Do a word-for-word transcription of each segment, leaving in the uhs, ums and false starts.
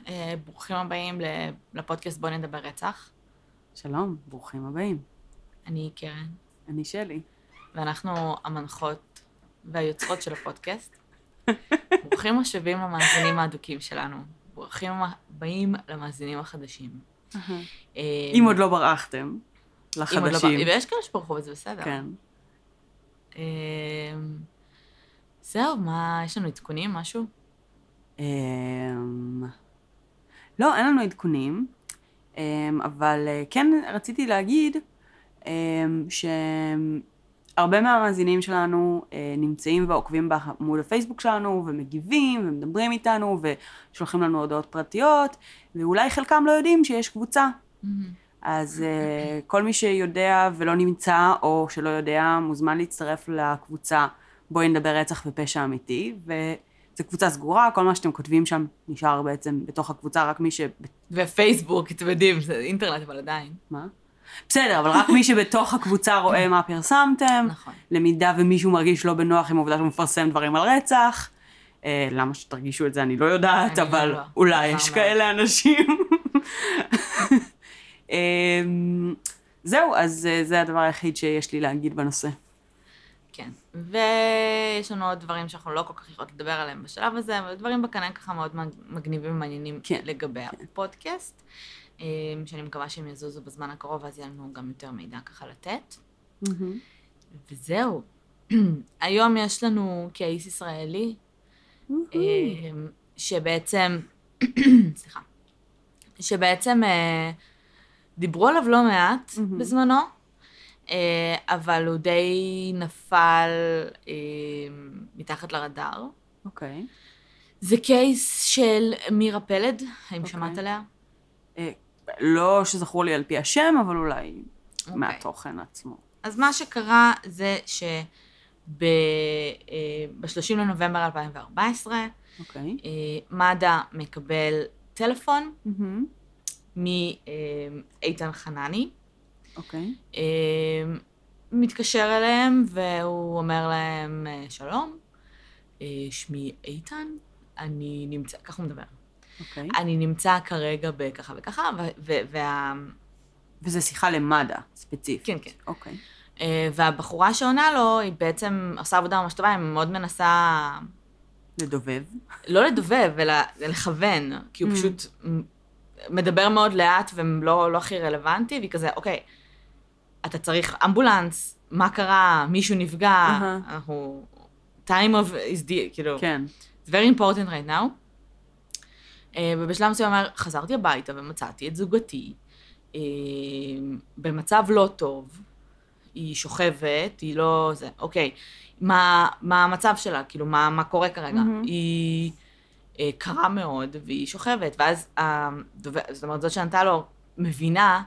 ברוכים הבאים לפודקאסט בוא נדבר רצח. שלום, ברוכים הבאים. אני קרן. אני שלי. ואנחנו המנחות והיוצרות של הפודקאסט. ברוכים השבים למאזינים האדוקים שלנו. ברוכים הבאים למאזינים החדשים. אם עוד לא ברחתם, לחדשים. ויש כאלה שברחו וזה בסדר. כן. זהו, מה, יש לנו עדכונים, משהו? לא, אין לנו עדכונים, אבל כן רציתי להגיד שהרבה מהמאזינים שלנו נמצאים ועוקבים בעמוד הפייסבוק שלנו, ומגיבים ומדברים איתנו, ושולחים לנו הודעות פרטיות, ואולי חלקם לא יודעים שיש קבוצה. אז כל מי שיודע ולא נמצא, או שלא יודע, מוזמן להצטרף לקבוצה בואי נדבר רצח ופשע אמיתי, וזו קבוצה סגורה, כל מה שאתם כותבים שם נשאר בעצם בתוך הקבוצה, רק מי ש... ופייסבוק, אתם יודעים, זה אינטרנט, אבל עדיין. מה? בסדר, אבל רק מי שבתוך הקבוצה רואה מה פרסמתם, נכון. למידה ומישהו מרגיש לא בנוח עם העובדה שהוא מפרסם דברים על רצח, למה שתרגישו את זה אני לא יודעת, אבל אולי יש כאלה אנשים. זהו, אז זה הדבר היחיד שיש לי להגיד בנושא. כן, ויש לנו עוד דברים שאנחנו לא כל כך יכולות לדבר עליהם בשלב הזה, אבל דברים בקנה ככה מאוד מגניבים ומעניינים כן, לגבי כן. הפודקאסט, שאני מקווה שהם יזוזו בזמן הקרוב, אז יהיה לנו גם יותר מידע ככה לתת. Mm-hmm. וזהו, היום יש לנו קייס ישראלי, mm-hmm. שבעצם, סליחה, שבעצם דיברו עליו לא מעט mm-hmm. בזמנו, אבל הוא די נפל מתחת לרדאר. אוקיי. זה קייס של מירה פלד, האם שמעת עליה? לא שזכור לי על פי השם, אבל אולי מהתוכן עצמו. אז מה שקרה זה שב-שלושים לנובמבר אלפיים וארבע עשרה, מד"א מקבל טלפון מאיתן חנני, אוקיי. Okay. מתקשר אליהם, והוא אומר להם, שלום, שמי איתן, אני נמצא, כך הוא מדבר. אוקיי. אני נמצא כרגע בככה וככה, וה... וזה שיחה למד"א, ספציפית. כן, כן. אוקיי. והבחורה שעונה לו, היא בעצם עושה עבודה ממש טובה, היא מאוד מנסה... לדובב. לא לדובב, אלא לכוון, כי הוא פשוט מדבר מאוד לאט, ולא לא הכי רלוונטי, והיא כזה, אוקיי, אתה צריך אמבולנס, מה קרה, מישהו נפגע, uh-huh. אנחנו, time of is the, כאילו, כן. it's very important right now. Uh, ובשלב מסוים אומר, חזרתי הביתה ומצאתי את זוגתי, uh, במצב לא טוב, היא שוכבת, היא לא, זה, אוקיי, מה, מה המצב שלה, כאילו, מה, מה קורה כרגע? Mm-hmm. היא uh, קרה מאוד, והיא שוכבת, ואז, uh, דובר, זאת אומרת, זאת שענתה לו, מבינה,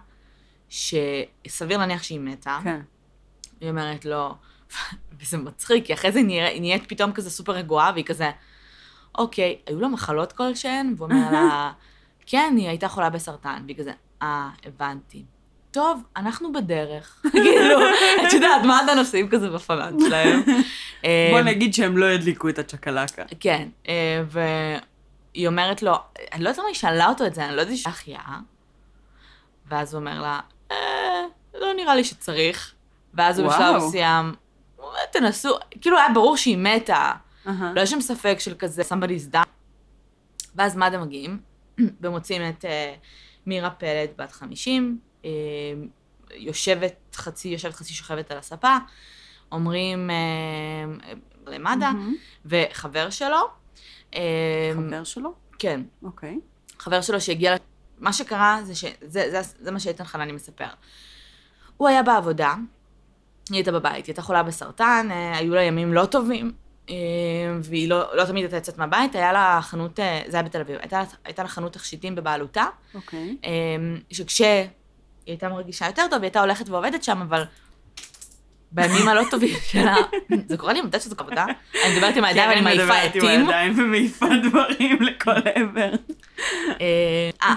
שסביר להניח שהיא מתה. כן. היא אומרת לו, וזה מצחיק, כי אחרי זה היא נהיית פתאום כזה סופר רגועה, והיא כזה, אוקיי, היו לה מחלות כלשהן? והוא אומר לה, כן, היא הייתה חולה בסרטן, והיא כזה, אה, הבנתי. טוב, אנחנו בדרך. כאילו, את יודעת, מה אתה נוסעים כזה בפלנט שלהם? בוא נגיד שהם לא ידליקו את הצ'קלקה. כן, והיא אומרת לו, אני לא יודעת מה היא שאלה אותו את זה, אני לא יודעת שהיא החייאה. ואז הוא אומר לה, אה, לא נראה לי שצריך. ואז הוא בשלב מסוים, תנסו, כאילו היה ברור שהיא מתה. Uh-huh. לא יש שם ספק של כזה, somebody's died. ואז מד"א מגיעים, ומוצאים את uh, מירה פלד, בת חמישים, uh, יושבת חצי, יושבת חצי שוכבת על הספה, אומרים uh, למד"א, mm-hmm. וחבר שלו. Uh, חבר שלו? כן. אוקיי. Okay. חבר שלו שהגיע... מה שקרה זה ש... זה, זה, זה מה שאיתן חנני מספר. הוא היה בעבודה, היא הייתה בבית, היא הייתה חולה בסרטן, היו לה ימים לא טובים, והיא לא, לא תמיד הייתה יצאת מהבית, היה לה חנות, זה היה בתל אביב, הייתה, הייתה לה חנות תכשיטים בבעלותה, אוקיי. שכשהיא הייתה מרגישה יותר טוב, היא הייתה הולכת ועובדת שם, אבל בימים הלא טובים שלה, זה קורה לי, אני יודעת שזו עבודה, אני מדברת עם הידיים ואני מעיפה עטים. כן, אני מדברת עם הידיים ומעיפה דברים לכל עבר. אה,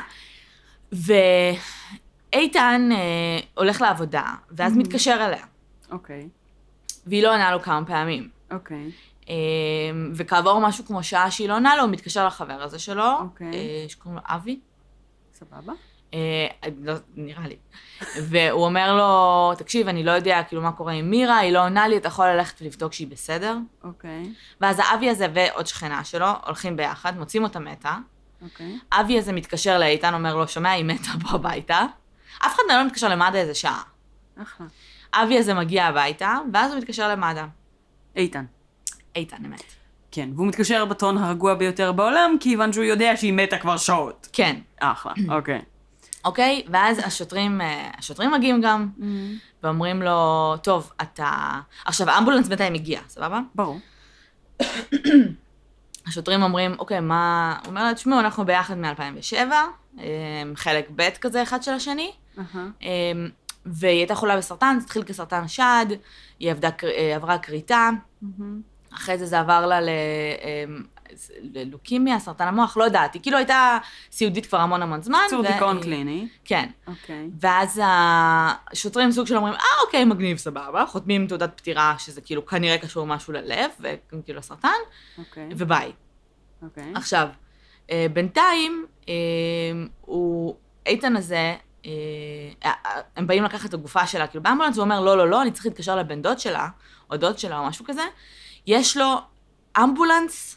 ואיתן הולך לעבודה, ואז מתקשר אליה. אוקיי. והיא לא עונה לו כמה פעמים. אוקיי. וכעבור משהו כמו שעה שהיא לא עונה לו, הוא מתקשר לחבר הזה שלו, אוקיי. שקוראים לו אבי. סבבה. לא, נראה לי. והוא אומר לו, תקשיב, אני לא יודע כאילו מה קורה עם מירה, היא לא עונה לי, אתה יכול ללכת ולבדוק שהיא בסדר. אוקיי. ואז האבי הזה ועוד שכנה שלו הולכים ביחד, מוצאים אותה מתה. אוקיי. אבי הזה מתקשר לאיתן, אומר לו, שומע, היא מתה פה הביתה. אף אחד לא מתקשר למד"א איזה שעה. אחלה. אבי הזה מגיע הביתה, ואז הוא מתקשר למד"א. איתן. איתן, אמת. כן, והוא מתקשר בטון הרגוע ביותר בעולם, כיוון שהוא יודע שהיא מתה כבר שעות. כן. אחלה, אוקיי. אוקיי, ואז השוטרים, השוטרים מגיעים גם, ואומרים לו, טוב, אתה... עכשיו, האמבולנס בינתיים הגיע, סבבה? ברור. השוטרים אומרים, אוקיי, מה... הוא אומר לה, תשמעו, אנחנו ביחד מ-אלפיים ושבע, חלק ב' כזה אחד של השני, והיא הייתה חולה בסרטן, זה התחיל כסרטן שד, היא עבדה, עברה קריטה, אחרי זה זה עבר לה ל... ללוקימיה, סרטן המוח, לא יודעת, היא כאילו הייתה סיעודית כבר המון המון זמן. קצור דיכאון קליני. כן. אוקיי. ואז השוטרים סוג של אומרים, אה, אוקיי, מגניב, סבבה, חותמים תעודת פטירה, שזה כאילו כנראה קשור משהו ללב, וכאילו לסרטן, וביי. אוקיי. עכשיו, בינתיים, הוא, איתן הזה, הם באים לקחת את הגופה שלה, כאילו באמבולנס, הוא אומר, לא, לא, לא, אני צריך להתקשר לבן דוד שלה, או דוד שלה, או משהו כזה, יש לו אמבולנס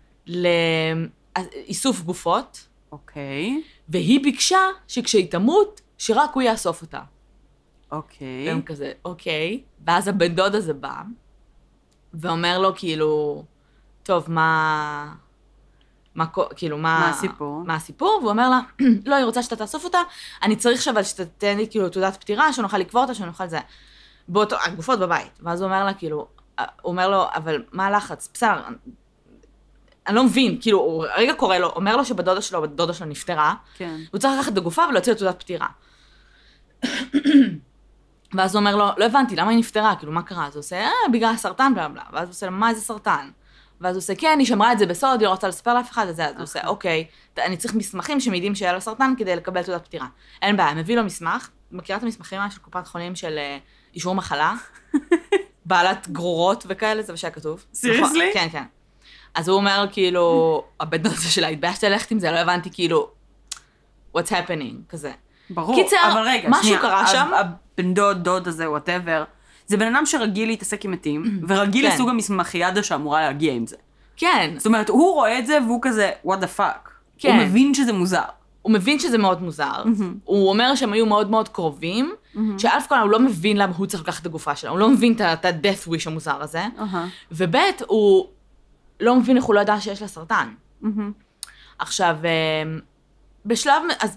לאיסוף גופות. אוקיי. והיא ביקשה שכשהיא תמות, שרק הוא יאסוף אותה. אוקיי. והם כזה, אוקיי. ואז הבן דוד הזה בא, ואומר לו כאילו, טוב, מה... מה, כאילו, מה... מה הסיפור? מה הסיפור? והוא אומר לה, לא, היא רוצה שאתה תאסוף אותה, אני צריך שבל שתתן לי כאילו תעודת פטירה, שנוכל לקבור אותה, שנוכל זה. באותו, הגופות בבית. ואז הוא אומר לה, כאילו, הוא אומר לו, אבל מה הלחץ? בסדר, אני לא מבין, כאילו, הוא רגע קורא לו, אומר לו שבדודה שלו, בדודה שלו נפטרה, כן. הוא צריך לקחת את הגופה ולהוציא את תעודת פטירה. ואז הוא אומר לו, לא הבנתי, למה היא נפטרה? כאילו, מה קרה? אז הוא עושה, אה, בגלל הסרטן, בלה בלה. ואז הוא עושה, מה איזה סרטן? ואז הוא עושה, כן, היא שמרה את זה בסוד, היא לא רוצה לספר לאף אחד, אז הוא עושה, אוקיי, אני צריך מסמכים שמעידים שהיה לו סרטן כדי לקבל תעודת פטירה. אין בעיה, מביא לו מסמך, מכירה את המסמכים של קופת חולים של אישור מחלה, בעלת גרורות וכאלה, זה מה שהיה כתוב. סיריוסלי? כן, כן. אז הוא אומר, כאילו, הבן דוד שלה, התביישת ללכת עם זה, לא הבנתי, כאילו, what's happening, כזה. ברור, קיצר, אבל רגע, משהו שנייה, קרה שם. הבן דוד, דוד הזה, whatever, זה בן אדם שרגיל להתעסק עם מתים, ורגיל כן. לסוג המסמכיאדה שאמורה להגיע עם זה. כן. זאת אומרת, הוא רואה את זה והוא כזה, what the fuck. כן. הוא מבין שזה מוזר. הוא מבין שזה מאוד מוזר, הוא אומר שהם היו מאוד מאוד קרובים, שאלף כל הוא לא מבין למה הוא צריך לקחת את הגופה שלה, הוא לא מבין את ה-death wish המוזר הזה, ובית הוא לא מבין איך הוא לא ידע שיש לה סרטן. עכשיו, בשלב, אז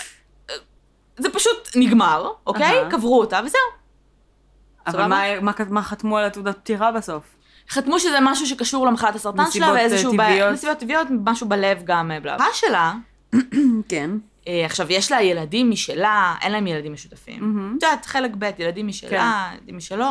זה פשוט נגמר, אוקיי? קברו אותה וזהו. אבל מה חתמו על התעודת פטירה בסוף? חתמו שזה משהו שקשור למחלת הסרטן שלה, ואיזשהו... נסיבות טבעיות, משהו בלב גם בלב. מה שלה? כן. עכשיו, יש לה ילדים משלה, אין להם ילדים משותפים. את יודעת, חלק ב', ילדים משלה, ילדים משלו.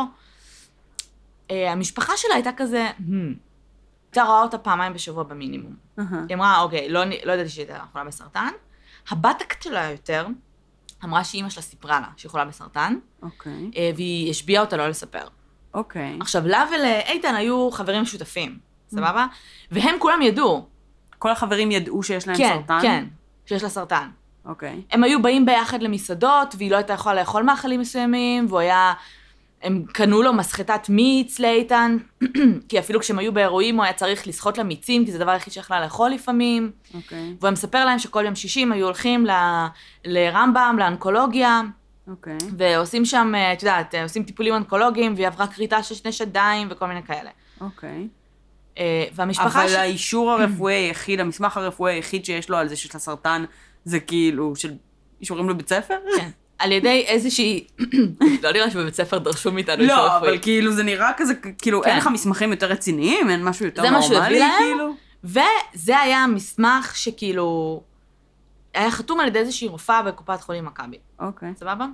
המשפחה שלה הייתה כזה, הייתה רואה אותה פעמיים בשבוע במינימום. היא אמרה, אוקיי, לא ידעתי שהיא הייתה חולה בסרטן. הבת הקט שלה יותר, אמרה שאימא שלה סיפרה לה שהיא חולה בסרטן, והיא השביעה אותה לא לספר. אוקיי. עכשיו, לה ולאיתן היו חברים משותפים, סבבה? והם כולם ידעו. כל החברים ידעו שיש להם כן, סרטן? כן, שיש לה סרטן. אוקיי. הם היו באים ביחד למסעדות, והיא לא הייתה יכולה לאכול מאכלים מסוימים, והוא היה... הם קנו לו מסחטת מיץ לאיתן, כי אפילו כשהם היו באירועים, הוא היה צריך לשחות למיצים, כי זה דבר היחיד שיכלה לאכול לפעמים. אוקיי. והוא מספר להם שכל יום שישים היו הולכים ל... לרמב"ם, לאנקולוגיה, אוקיי. ועושים שם, את יודעת, עושים טיפולים אונקולוגיים, והיא עברה כריתה של שני שדיים וכל מיני כאלה. אוקיי. והמשפחה... אבל האישור הרפואי היחיד, המסמך הרפואי היחיד שיש לו על זה שיש לה סרטן, זה כאילו של אישורים לבית ספר? כן. על ידי איזושהי... לא נראה שבבית ספר דרשו מאיתנו אישור רפואי. לא, אבל כאילו זה נראה כזה, כאילו אין לך מסמכים יותר רציניים, אין משהו יותר נורמלי, זה מה שהביא להם, וזה היה המסמך שכאילו... היה חתום על ידי איזושהי רופאה בקופת חולים מכבי. אוקיי. סבבה?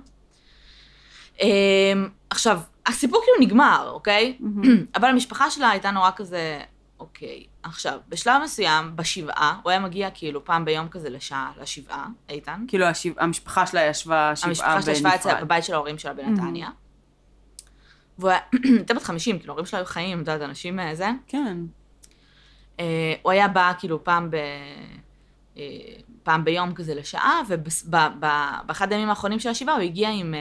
עכשיו, הסיפור כאילו נגמר, אוקיי? אבל המשפחה שלה הייתה נורא כזה, אוקיי. עכשיו, בשלב מסוים, בשבעה, הוא היה מגיע כאילו פעם ביום כזה לשעה, לשבעה, איתן. כאילו המשפחה שלה ישבה שבעה בנפרד. המשפחה שלה ישבה בבית של ההורים שלה בנתניה. והוא הייתה בת חמישים, כאילו, הורים שלו היו חיים, אתה יודע, אנשים זה. כן. הוא היה בא, כאילו, פעם ב... פעם ביום כזה לשעה, ובאחד הימים האחרונים של השבעה, הוא הגיע עם...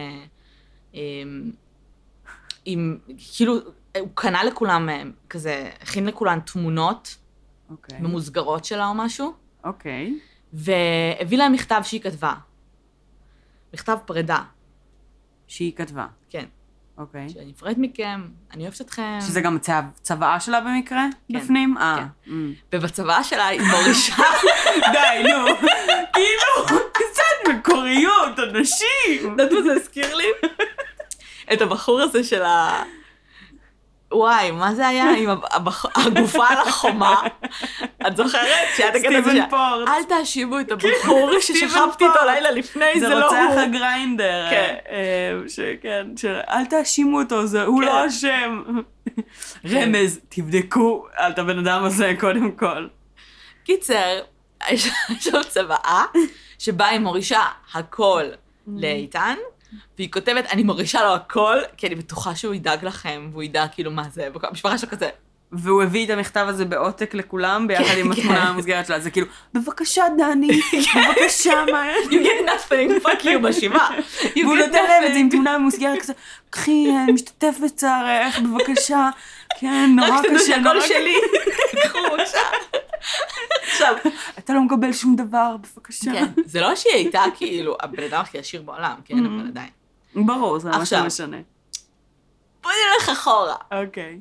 עם, כאילו, הוא קנה לכולם, כזה, הכין לכולם תמונות, אוקיי. ממוסגרות שלה או משהו. אוקיי. והביא להם מכתב שהיא כתבה. מכתב פרידה. שהיא כתבה. כן. אוקיי. שאני אפרד מכם, אני אוהבת אתכם. שזה גם צוואה שלה במקרה? כן. בפנים? כן. ובצוואה שלה היא מורישה. די, נו. כאילו, קצת מקוריות, אנשים. יודעת מה זה הזכיר לי? את הבחור הזה של ה... וואי, מה זה היה? עם הגופה על החומה. את זוכרת? שאת הקטע הזה סטיבן פורט. אל תאשימו את הבחור ששכבתי איתו לילה לפני, זה לא הוא. זה רוצח הגריינדר. כן. שכן, אל תאשימו אותו, הוא לא אשם. רמז, תבדקו על הבן אדם הזה קודם כל. קיצר, יש שם צוואה שבה היא מורישה הכל לאיתן, והיא כותבת, אני מורישה לו הכל, כי אני בטוחה שהוא ידאג לכם, והוא ידע כאילו מה זה, המשפחה שלו כזה. והוא הביא את המכתב הזה בעותק לכולם, ביחד עם התמונה המוסגרת שלה. זה כאילו, בבקשה דני, בבקשה מה... You get nothing, fuck you, בשבעה. והוא נותן להם את זה עם תמונה ממוסגרת כזה, קחי, אני משתתף בצערך, בבקשה. כן, נורא קשה, נורא הכל שלי. קחו, בבקשה. עכשיו, אתה לא מקבל שום דבר, בבקשה. כן, זה לא שהיא הייתה כאילו, הבן אדם הכי עשיר בעולם, כן, אבל עדיין. ברור, זה מה שמשנה. בואי נלך אחורה. אוקיי.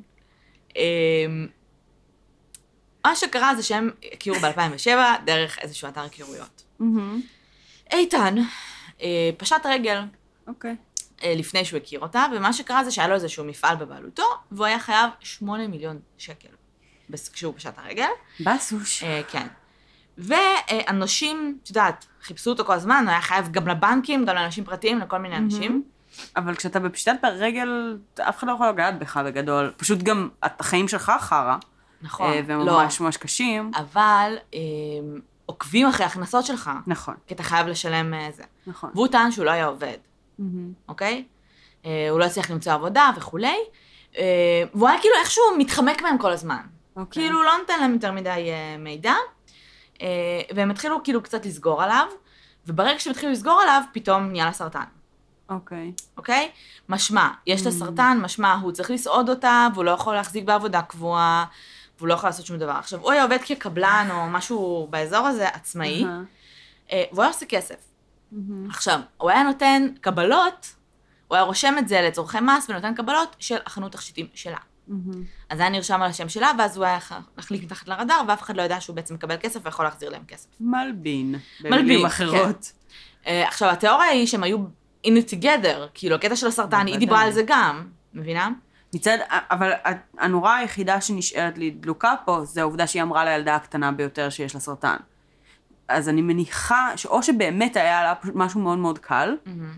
מה שקרה זה שהם הכירו ב-אלפיים ושבע דרך איזשהו אתר הכירויות. איתן פשט רגל לפני שהוא הכיר אותה, ומה שקרה זה שהיה לו איזשהו מפעל בבעלותו, והוא היה חייב שמונה מיליון שקל כשהוא פשט הרגל. בסוש. כן. ואנשים, את יודעת, חיפשו אותו כל הזמן, הוא היה חייב גם לבנקים, גם לאנשים פרטיים, לכל מיני אנשים. אבל כשאתה בפשטת ברגל, אף אחד לא יכול לגעת בך בגדול. פשוט גם החיים שלך חרה. נכון. והם ממש ממש קשים. אבל עוקבים אחרי ההכנסות שלך. נכון. כי אתה חייב לשלם זה. נכון. והוא טען שהוא לא היה עובד. אוקיי? הוא לא הצליח למצוא עבודה וכולי. והוא היה כאילו איכשהו מתחמק מהם כל הזמן. כאילו הוא לא נותן להם יותר מדי מידע. והם התחילו כאילו קצת לסגור עליו. וברגע שהם התחילו לסגור עליו, פתאום נהיה לה סרטן. אוקיי. אוקיי? משמע, יש לה סרטן, משמע, הוא צריך לסעוד אותה, והוא לא יכול להחזיק בעבודה קבועה, והוא לא יכול לעשות שום דבר. עכשיו, הוא היה עובד כקבלן או משהו באזור הזה, עצמאי, והוא היה עושה כסף. עכשיו, הוא היה נותן קבלות, הוא היה רושם את זה לצורכי מס, ונותן קבלות של החנות תכשיטים שלה. אז זה היה נרשם על השם שלה, ואז הוא היה להחליק מתחת לרדאר, ואף אחד לא ידע שהוא בעצם מקבל כסף, ויכול להחזיר להם כסף. מלבין. מלבין, במילים אחרות. עכשיו, התיאוריה היא שהם היו in it together, כאילו, הקטע של הסרטן, היא דיברה על זה גם, מבינה? מצד, אבל הנורא היחידה שנשארת לי דלוקה פה, זה העובדה שהיא אמרה לילדה הקטנה ביותר שיש לה סרטן. אז אני מניחה שאו שבאמת היה לה משהו מאוד מאוד קל,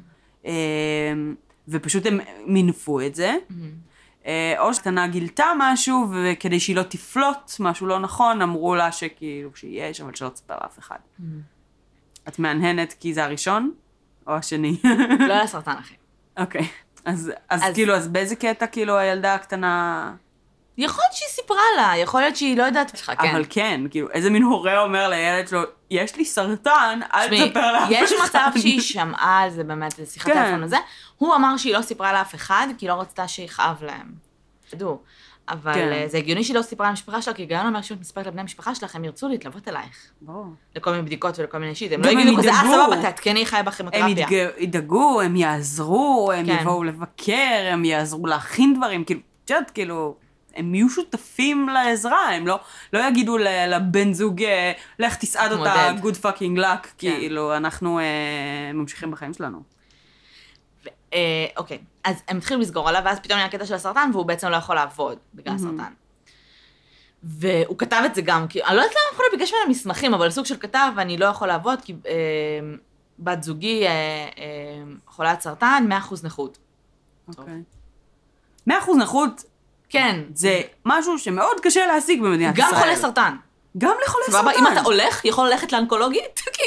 ופשוט הם מינפו את זה, או שקטנה גילתה משהו, וכדי שהיא לא תפלוט משהו לא נכון, אמרו לה שכאילו שיש, אבל שלא תספר לאף אחד. את מהנהנת כי זה הראשון? או השני? לא היה סרטן אחי. אוקיי. אז, אז, אז כאילו, אז באיזה קטע, כאילו, הילדה הקטנה... יכול להיות שהיא סיפרה לה, יכול להיות שהיא לא יודעת שלך, כן. אבל כן, כאילו, איזה מין הורה אומר לילד שלו, יש לי סרטן, אל תספר לאף אחד. יש מצב שהיא שמעה על זה באמת, זה שיחת טלפון הזה. הוא אמר שהיא לא סיפרה לאף אחד, כי לא רצתה שיכאב להם. תדעו. אבל כן. זה הגיוני שהיא לא סיפרה למשפחה שלה, כי הגיון אומר שאם את מספרת לבני המשפחה שלך, הם ירצו להתלוות אלייך. ברור. לכל מיני בדיקות ולכל מיני שיט. הם לא יגידו כזה, אה, סבבה, תעדכני חיה בכימותרפיה. הם ידאגו, הם יעזרו, הם כן. יבואו לבקר, הם יעזרו להכין דברים, כאילו, תשעת, כאילו, הם יהיו שותפים לעזרה, הם לא, לא יגידו לבן זוג, לך תסעד אותה, good fucking luck, כן. כאילו, אנחנו אה, ממשיכים בחיים שלנו. אוקיי, אז הם התחילו לסגור עליו, ואז פתאום היה קטע של הסרטן, והוא בעצם לא יכול לעבוד בגלל הסרטן. והוא כתב את זה גם, כי אני לא יודעת למה יכול לבקש ממנו מסמכים, אבל סוג של כתב, ואני לא יכול לעבוד, כי בת זוגי חולת סרטן, מאה אחוז נכות. אוקיי. מאה אחוז נכות? כן. זה משהו שמאוד קשה להשיג במדינת ישראל. גם חולה סרטן. גם לחולה סרטן. אם אתה הולך, יכול ללכת לאנקולוגית, כאילו.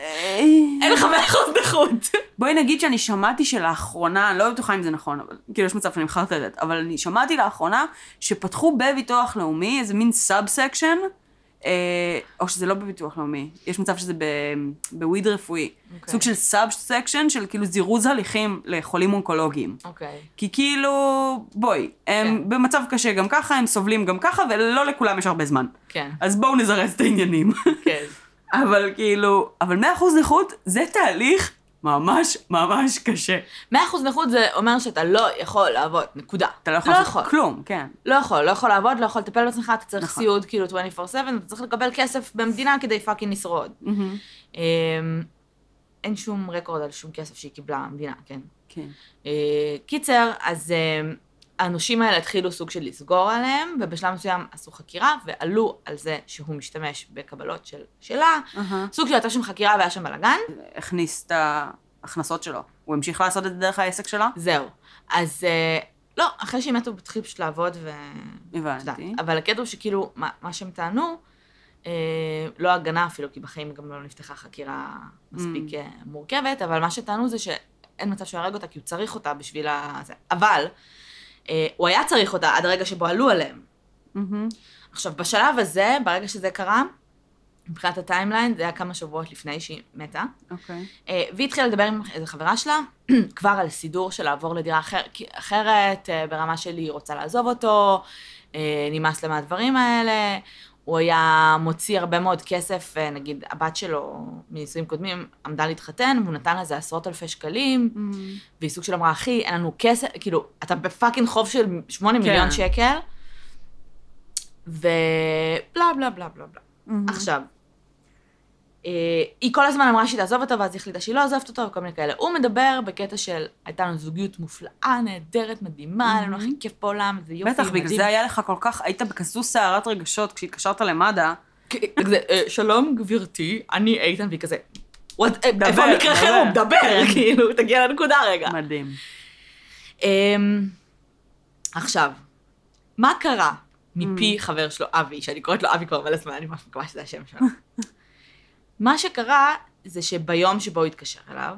אין לך מאה אחוז נכות. בואי נגיד שאני שמעתי שלאחרונה, אני לא בטוחה אם זה נכון, אבל כאילו יש מצב שאני מחרת לדעת, אבל אני שמעתי לאחרונה שפתחו בביטוח לאומי איזה מין סאב-סקשן, או שזה לא בביטוח לאומי, יש מצב שזה בוויד רפואי, סוג של סאב-סקשן של כאילו זירוז הליכים לחולים אונקולוגיים. כי כאילו, בואי, הם במצב קשה גם ככה, הם סובלים גם ככה, ולא לכולם יש הרבה זמן. אז בואו נזרז את העניינים. כן. אבל כאילו, אבל מאה אחוז נכות זה תהליך ממש ממש קשה. מאה אחוז נכות זה אומר שאתה לא יכול לעבוד, נקודה. אתה לא יכול לעשות כלום, כן. לא יכול, לא יכול לעבוד, לא יכול לטפל בעצמך, אתה צריך סיוד כאילו עשרים וארבע שבע, אתה צריך לקבל כסף במדינה כדי פאקינג לשרוד. אין שום רקורד על שום כסף שהיא קיבלה המדינה, כן? כן. קיצר, אז האנושים האלה התחילו סוג של לסגור עליהם, ובשלב מסוים עשו חקירה, ועלו על זה שהוא משתמש בקבלות של שלה, סוג של הייתה שם חקירה והיה שם בלגן. הכניס את ההכנסות שלו. הוא המשיך לעשות את זה דרך העסק שלה? זהו. אז לא, אחרי שהיא מתו, התחיל פשוט לעבוד ו... הבנתי. אבל הקטע הוא שכאילו, מה שהם טענו, לא הגנה אפילו, כי בחיים גם לא נפתחה חקירה מספיק מורכבת, אבל מה שטענו זה שאין מצב שהוא ירג אותה, כי הוא צריך אותה בשביל זה. אבל הוא היה צריך אותה עד הרגע שבו עלו עליהם. עכשיו, בשלב הזה, ברגע שזה קרה, מבחינת הטיימליין, זה היה כמה שבועות לפני שהיא מתה. והיא התחילה לדבר עם איזו חברה שלה, כבר על סידור של לעבור לדירה אחרת, ברמה שלי היא רוצה לעזוב אותו, נמאס למה הדברים האלה, הוא היה מוציא הרבה מאוד כסף, נגיד הבת שלו מנישואים קודמים עמדה להתחתן, והוא נתן לזה עשרות אלפי שקלים, והיא סוג של אמרה, אחי, אין לנו כסף, כאילו, אתה בפאקינג חוב של שמונה מיליון שקל, ובלה בלה בלה בלה בלה. עכשיו, היא כל הזמן אמרה שהיא תעזוב אותו, ואז היא החליטה שהיא לא עזבת אותו, וכל מיני כאלה. הוא מדבר בקטע של, הייתה לנו זוגיות מופלאה, נהדרת, מדהימה, היה לנו הכי כיף בעולם, זה יופי. בטח, בגלל זה היה לך כל כך, היית בכזו סערת רגשות, כשהתקשרת למד"א. שלום, גבירתי, אני איתן, והיא כזה, איפה מקרה חירום, דבר, כאילו, תגיע לנקודה רגע. מדהים. עכשיו, מה קרה מפי חבר שלו, אבי, שאני קוראת לו אבי כבר מלא זמן, אני מקווה שזה השם שלו. מה שקרה זה שביום שבו הוא התקשר אליו,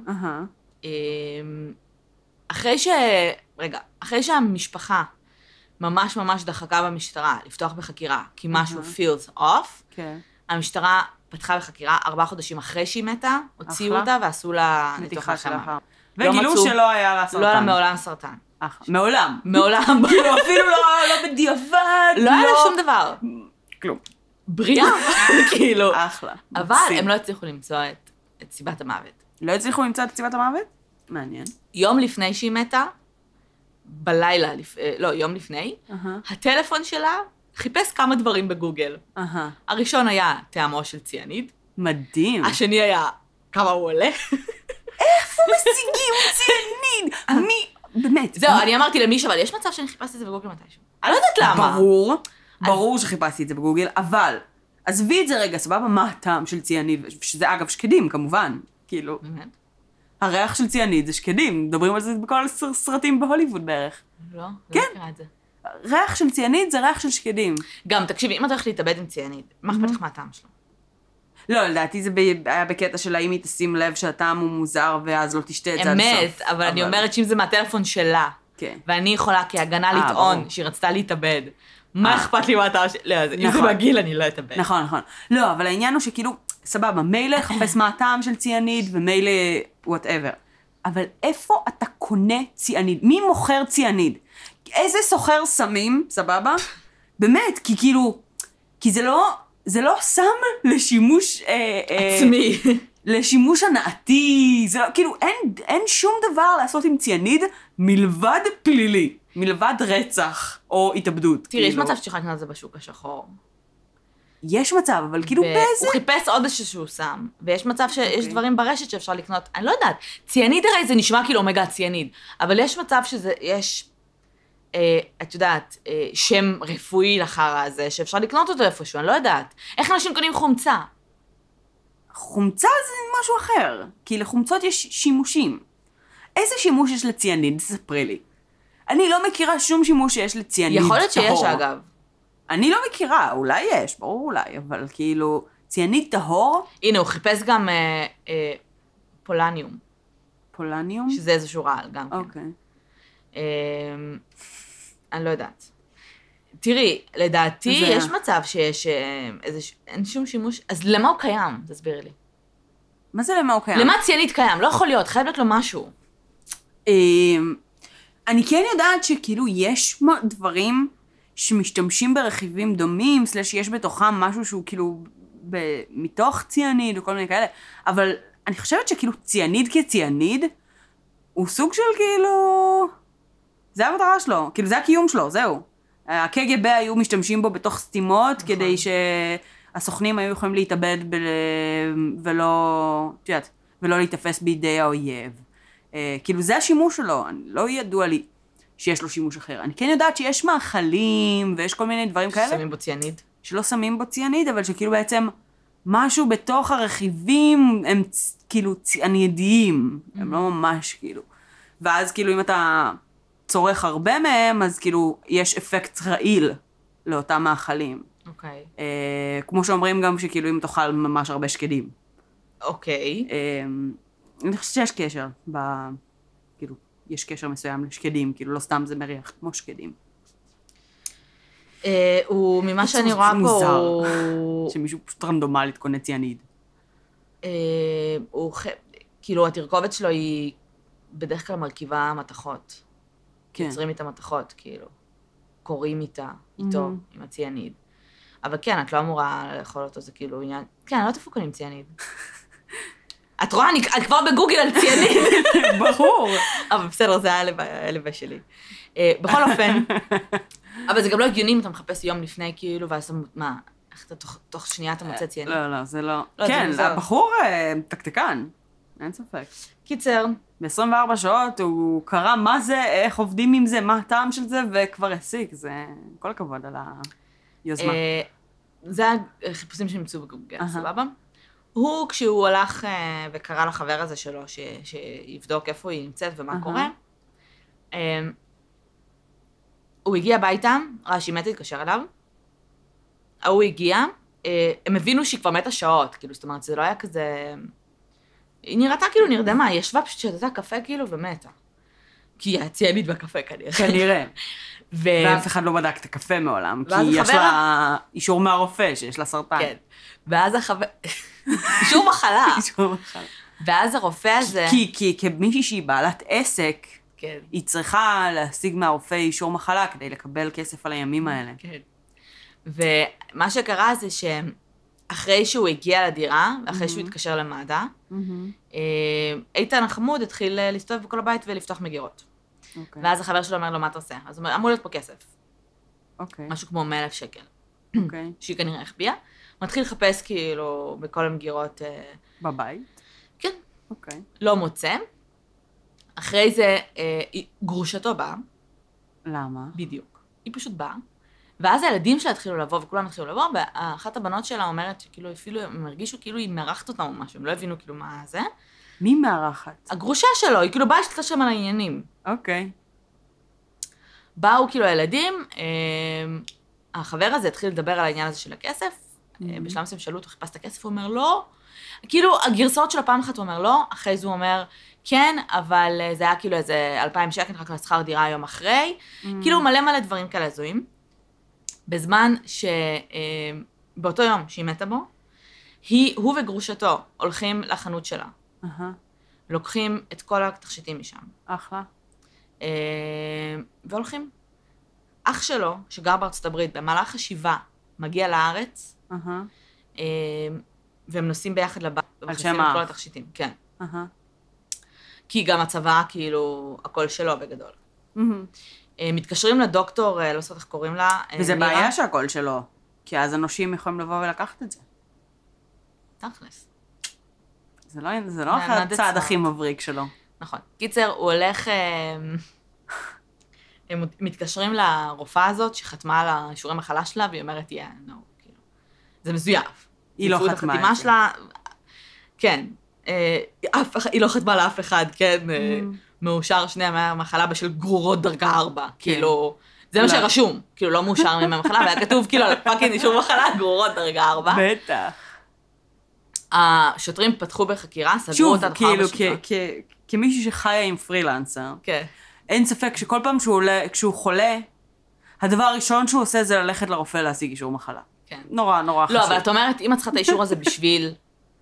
אחרי ש... רגע, אחרי שהמשפחה ממש ממש דחקה במשטרה לפתוח בחקירה, כי משהו feels off, המשטרה פתחה בחקירה ארבעה חודשים אחרי שהיא מתה, הוציאו אותה ועשו לה ניתוח החמה. וגילו שלא היה לה סרטן. לא היה מעולם סרטן. מעולם. מעולם. כאילו אפילו לא בדיעבד. לא היה לה שום דבר. כלום. בריאה, כאילו. אחלה. אבל הם לא הצליחו למצוא את, את סיבת המוות. לא הצליחו למצוא את סיבת המוות? מעניין. יום לפני שהיא מתה, בלילה, לפ... לא, יום לפני, uh-huh. הטלפון שלה חיפש כמה דברים בגוגל. Uh-huh. הראשון היה טעמו של ציאניד. מדהים. השני היה כמה הוא עולה. איפה משיגים ציאניד? מי, באמת. זהו, אני אמרתי למישהו, אבל יש מצב שאני חיפשתי את זה בגוגל מתישהו. אני לא יודעת למה. ברור. ברור שחיפשתי את זה בגוגל, אבל עזבי את זה רגע, סבבה, מה הטעם של ציאניד, שזה אגב שקדים, כמובן, כאילו. באמת? הריח של ציאניד זה שקדים, מדברים על זה בכל סרטים בהוליווד בערך. לא, לא מכירה את זה. ריח של ציאניד זה ריח של שקדים. גם, תקשיבי, אם אתה הולך להתאבד עם ציאניד, מה אכפת לך מהטעם שלו? לא, לדעתי זה היה בקטע של האם היא תשים לב שהטעם הוא מוזר, ואז לא תשתה את זה עד הסוף. אמת, אבל אני אומרת שאם זה מהטלפון שלה, ואני יכולה כהגנה לטעון שהיא רצתה להתאבד, מה אכפת לי מהטעם של... לא, אם זה בגיל אני לא אתאבד. נכון, נכון. לא, אבל העניין הוא שכאילו, סבבה, מילא לחפש מה הטעם של ציאניד, ומילא whatever. אבל איפה אתה קונה ציאניד? מי מוכר ציאניד? איזה סוחר סמים, סבבה? באמת, כי כאילו, כי זה לא, זה לא סם לשימוש... עצמי. לשימוש הנעתי, זה לא, כאילו, אין, אין שום דבר לעשות עם ציאניד מלבד פלילי, מלבד רצח או התאבדות. תראי, יש מצב שצריכה לקנות את זה בשוק השחור. יש מצב, אבל כאילו באיזה... הוא חיפש עוד איזשהו סם, ויש מצב שיש דברים ברשת שאפשר לקנות, אני לא יודעת, ציאניד הרי זה נשמע כאילו אומגה ציאניד, אבל יש מצב שזה, יש, את יודעת, שם רפואי לחרא הזה, שאפשר לקנות אותו איפשהו, אני לא יודעת. איך אנשים קונים חומצה? חומצה זה משהו אחר, כי לחומצות יש שימושים. איזה שימוש יש לציאניד? ספרי לי. אני לא מכירה שום שימוש שיש לציאניד טהור. יכול להיות שיש אגב. אני לא מכירה, אולי יש, ברור אולי, אבל כאילו, ציאניד טהור? הנה, הוא חיפש גם אה, אה, פולניום. פולניום? שזה איזשהו רעל, גם כן. אוקיי. אה, אני לא יודעת. תראי, לדעתי זה... יש מצב שיש אה, איזה... אין שום שימוש... אז למה הוא קיים? תסבירי לי. מה זה למה הוא קיים? למה ציאניד קיים? לא יכול להיות, חייב להיות לו משהו. אני כן יודעת שכאילו יש דברים שמשתמשים ברכיבים דומים, סלש יש בתוכם משהו שהוא כאילו ב- מתוך ציאניד או כל מיני כאלה, אבל אני חושבת שכאילו ציאניד כציאניד הוא סוג של כאילו... זה המטרה שלו, כאילו זה הקיום שלו, זהו. ה-קי.ג'י.בי היו משתמשים בו בתוך סתימות, נכון. כדי שהסוכנים היו יכולים להתאבד ב... ולא, תיודעת, ולא להתאפס בידי האויב. Uh, כאילו זה השימוש שלו, לא ידוע לי שיש לו שימוש אחר. אני כן יודעת שיש מאכלים ויש כל מיני דברים כאלה. שמים בו ציאניד. שלא שמים בו ציאניד, אבל שכאילו בעצם משהו בתוך הרכיבים הם כאילו ציאנידיים, mm-hmm. הם לא ממש כאילו. ואז כאילו אם אתה צורך הרבה מהם, אז כאילו יש אפקט רעיל לאותם מאכלים. אוקיי. Okay. Uh, כמו שאומרים גם שכאילו אם תאכל ממש הרבה שקדים. אוקיי. Okay. Uh, אני חושבת שיש קשר, ב... כאילו, יש קשר מסוים לשקדים, כאילו לא סתם זה מריח כמו שקדים. הוא, ממה שאני רואה פה, הוא... שמישהו פשוט רנדומלית קונה ציאניד. הוא, כאילו, התרכובת שלו היא בדרך כלל מרכיבה מתכות. כן. יוצרים איתה מתכות, כאילו. קוראים איתה, איתו, עם הציאניד. אבל כן, את לא אמורה לאכול אותו, זה כאילו עניין... כן, אני לא תפוק עם ציאניד. את רואה, אני כבר בגוגל על ציאניד. ברור. אבל בסדר, זה היה הלווה שלי. בכל אופן, אבל זה גם לא הגיוני אם אתה מחפש יום לפני, כאילו, ואז מה, איך אתה תוך שנייה אתה מוצא ציאניד? לא, לא, זה לא... כן, הבחור תקתקן, אין ספק. קיצר. ב-עשרים וארבע שעות הוא קרא מה זה, איך עובדים עם זה, מה הטעם של זה, וכבר הסיק, זה כל הכבוד על היוזמה. זה החיפושים שנמצאו בגוגל, סבבה? הוא, כשהוא הלך וקרא לחבר הזה שלו, ש, שיבדוק איפה היא נמצאת ומה uh-huh. קורה, הוא הגיע הביתה, ראה שהיא מתה להתקשר אליו, הוא הגיע, הם הבינו שהיא כבר מתה שעות, כאילו, זאת אומרת, זה לא היה כזה... היא נראתה כאילו נרדמה, היא ישבה פשוט שתתה קפה כאילו ומתה. כי היא הציאנית בקפה כנראה. כנראה. ו... ואף אחד לא בדק את הקפה מעולם, כי יש לה אישור מהרופא שיש לה סרטן. כן. ואז החבר... אישור מחלה. אישור מחלה. ואז הרופא הזה... כי, כי כמישהי שהיא בעלת עסק, כן. היא צריכה להשיג מהרופא אישור מחלה כדי לקבל כסף על הימים האלה. כן. ומה שקרה זה שאחרי שהוא הגיע לדירה, ואחרי שהוא התקשר למד"א, איתן החמוד התחיל להסתובב בכל הבית ולפתוח מגירות. ואז החבר שלו אומר לו, מה אתה עושה? אז הוא אומר, אמור להיות פה כסף. משהו כמו מאה אלף שקל. שהיא כנראה החביאה. מתחיל לחפש כאילו בכל המגירות... בבית? כן. אוקיי. לא מוצא. אחרי זה גרושתו באה. למה? בדיוק. היא פשוט באה. ואז הילדים שלה התחילו לבוא, וכולם התחילו לבוא, ואחת הבנות שלה אומרת שכאילו אפילו הם הרגישו כאילו היא מארחת אותם או משהו, הם לא הבינו כאילו מה זה. מי מארחת? הגרושה שלו, היא כאילו באה לשתתה שם על העניינים. אוקיי. באו כאילו הילדים, החבר הזה התחיל לדבר על העניין הזה של הכסף, בשלב מסוים שאלו אותו, חיפש את הכסף, הוא אומר לא, כאילו הגרסאות שלו פעם אחת הוא אומר לא, אחרי זה הוא אומר כן, אבל זה היה כאילו איזה אלפיים שקל, רק לשכר דירה יום אחרי, כאילו מלא מלא דברים כאלה זויים. בזמן שבאותו יום שהיא מתה בו, היא, הוא וגרושתו הולכים לחנות שלה. Uh-huh. לוקחים את כל התכשיטים משם. אחלה. והולכים. אח שלו, שגר בארצות הברית, במהלך השיבה, מגיע לארץ, uh-huh. והם נוסעים ביחד לבית, ומכניסים את כל התכשיטים. כן. Uh-huh. כי גם הצבא, כאילו, הכל שלו בגדול. Mm-hmm. מתקשרים לדוקטור, לא יודעת איך קוראים לה. וזה בעיה שהכל שלו, כי אז אנושים יכולים לבוא ולקחת את זה. תכלס. זה לא, זה לא הצעד הכי מבריק שלו. נכון. קיצר, הוא הולך, הם מתקשרים לרופאה הזאת שחתמה על האישורי מחלה שלה, והיא אומרת, yeah, no, כאילו. זה מזויף. היא לא חתמה את זה. שלה, כן. היא לא חתמה לאף אחד, כן. מאושר שני המחלה בשל גרורות דרגה ארבע, כאילו, זה מה שרשום, כאילו לא מאושר מהמחלה, והיה כתוב כאילו על פאקינג אישור מחלה, גרורות דרגה ארבע. בטח. השוטרים פתחו בחקירה, סגרו אותה תוך ארבע שניות. שוב, כאילו, כמישהי שחיה עם פרילנסר, כן. אין ספק שכל פעם כשהוא חולה, הדבר הראשון שהוא עושה זה ללכת לרופא להשיג אישור מחלה. כן. נורא, נורא חשוב. לא, אבל את אומרת, אם את צריכה את האישור הזה בשביל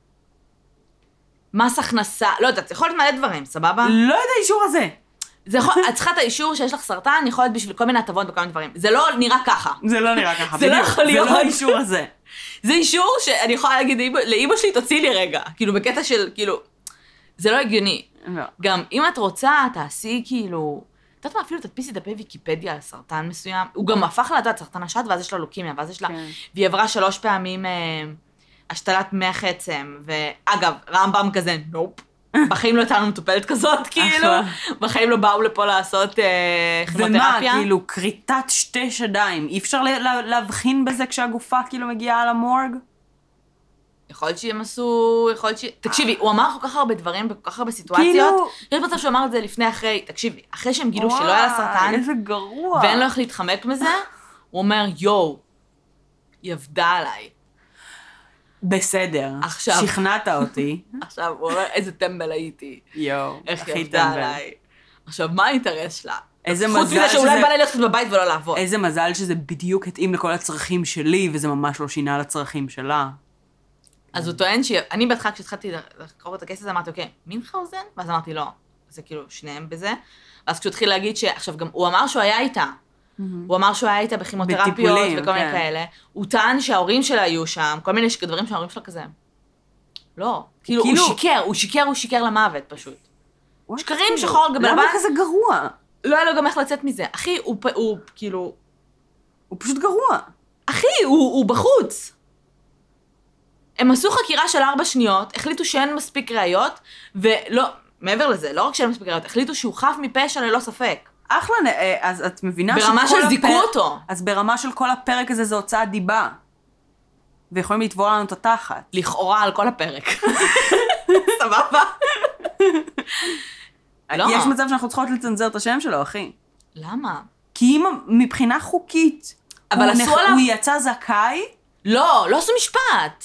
מס הכנסה, לא יודעת, יכול להיות מלא דברים, סבבה? לא יודע האישור הזה. זה יכול, את צריכה את האישור שיש לך סרטן, יכול להיות בשביל כל מיני הטבות וכל מיני דברים. זה לא נראה ככה. זה לא נראה ככה, זה בדיוק. לא יכול להיות. זה לא האישור הזה. זה אישור שאני יכולה להגיד לאמא שלי, תוציא לי רגע. כאילו, בקטע של, כאילו, זה לא הגיוני. לא. גם אם את רוצה, תעשי כאילו, את יודעת מה, אפילו תדפיסי דפי ויקיפדיה על סרטן מסוים. הוא גם הפך לה, את יודעת, סרטן השד, ואז יש לה לוקימיה, ואז יש לה, והיא עברה שלוש פעמים השתלת מח עצם, ואגב, רמב"ם כזה, נופ. בחיים לא הייתה לנו מטופלת כזאת, כאילו. בחיים לא באו לפה לעשות כימותרפיה. ומה, כאילו, קריטת שתי שדיים. אי אפשר להבחין בזה כשהגופה כאילו מגיעה על המורג? יכול להיות שהם עשו, יכול להיות ש... תקשיבי, הוא אמר כל כך הרבה דברים, בכל כך הרבה סיטואציות. יש מצב שהוא אמר את זה לפני, אחרי, תקשיבי, אחרי שהם גילו שלא היה לה סרטן, איזה גרוע. ואין לו איך להתחמק מזה, הוא אומר, יואו, היא עבדה עליי. בסדר, עכשיו. שכנעת אותי. עכשיו, הוא אומר, איזה טמבל הייתי. יואו, איך היא עבדה עליי. עכשיו, מה האינטרס שלה? איזה מזל שזה... חוץ מזה שאולי בא לי ללכת בבית ולא לעבוד. איזה מזל שזה בדיוק התאים לכל הצרכים שלי, וזה ממש לא שינה לצרכים שלה. אז הוא טוען שאני בהתחלה כשהתחלתי לקרוא את הקייס הזה, אמרתי, אוקיי, מינכאוזן? ואז אמרתי, לא, זה כאילו שניהם בזה. ואז כשהוא התחיל להגיד שעכשיו גם, הוא אמר שהוא היה איתה. הוא אמר שהוא היה איתה בכימותרפיות וכל מיני כאלה. הוא טען שההורים שלה היו שם, כל מיני דברים שההורים שלה כזה. לא, כאילו הוא שיקר, הוא שיקר, הוא שיקר למוות פשוט. שקרים שחור גבי לבן. למה כזה גרוע? לא היה לו גם איך לצאת מזה. אחי, הוא כאילו... הוא פשוט גרוע. אחי, הוא בחוץ. הם עשו חקירה של ארבע שניות, החליטו שאין מספיק ראיות, ולא, מעבר לזה, לא רק שאין מספיק ראיות, החליטו שהוא חף מפשע ללא ספק. אחלה, אז את מבינה ברמה של זיכו אותו. אז ברמה של כל הפרק הזה זה הוצאת דיבה. ויכולים לתבוע לנו את התחת. לכאורה על כל הפרק. סבבה? יש מצב שאנחנו צריכות לצנזר את השם שלו, אחי. למה? כי אם מבחינה חוקית, אבל עשו עליו... הוא יצא זכאי? לא, לא עשו משפט.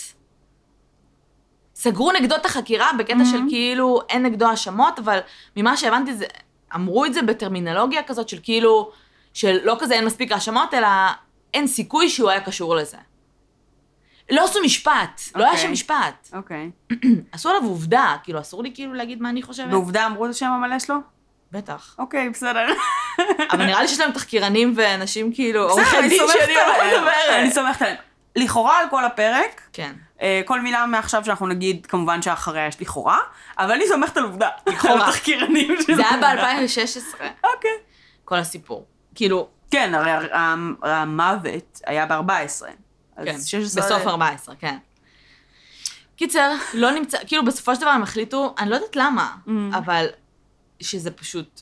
סגרו נגדו את החקירה בקטע של כאילו אין נגדו האשמות, אבל ממה שהבנתי זה, אמרו את זה בטרמינולוגיה כזאת של כאילו, של לא כזה אין מספיק האשמות, אלא אין סיכוי שהוא היה קשור לזה. לא עשו משפט, לא היה שם משפט. אוקיי. עשו עליו עובדה, כאילו אסור לי כאילו להגיד מה אני חושבת. בעובדה אמרו את השם המלא שלו? בטח. אוקיי, בסדר. אבל נראה לי שיש להם תחקירנים ואנשים כאילו, עורכי דין שאני לא מדברת. אני סומכת עליהם. לכאורה על כל הפרק. כן. כל מילה מעכשיו שאנחנו נגיד, כמובן שאחריה יש לכאורה, אבל אני סומכת על עובדה. לכאורה. תחקירנים שלנו. זה היה ב-אלפיים ושש עשרה. אוקיי. כל הסיפור. כאילו... כן, הרי המוות היה ב-ארבע עשרה. כן, בסוף ארבע עשרה, כן. קיצר, לא נמצא, כאילו בסופו של דבר הם החליטו, אני לא יודעת למה, אבל שזה פשוט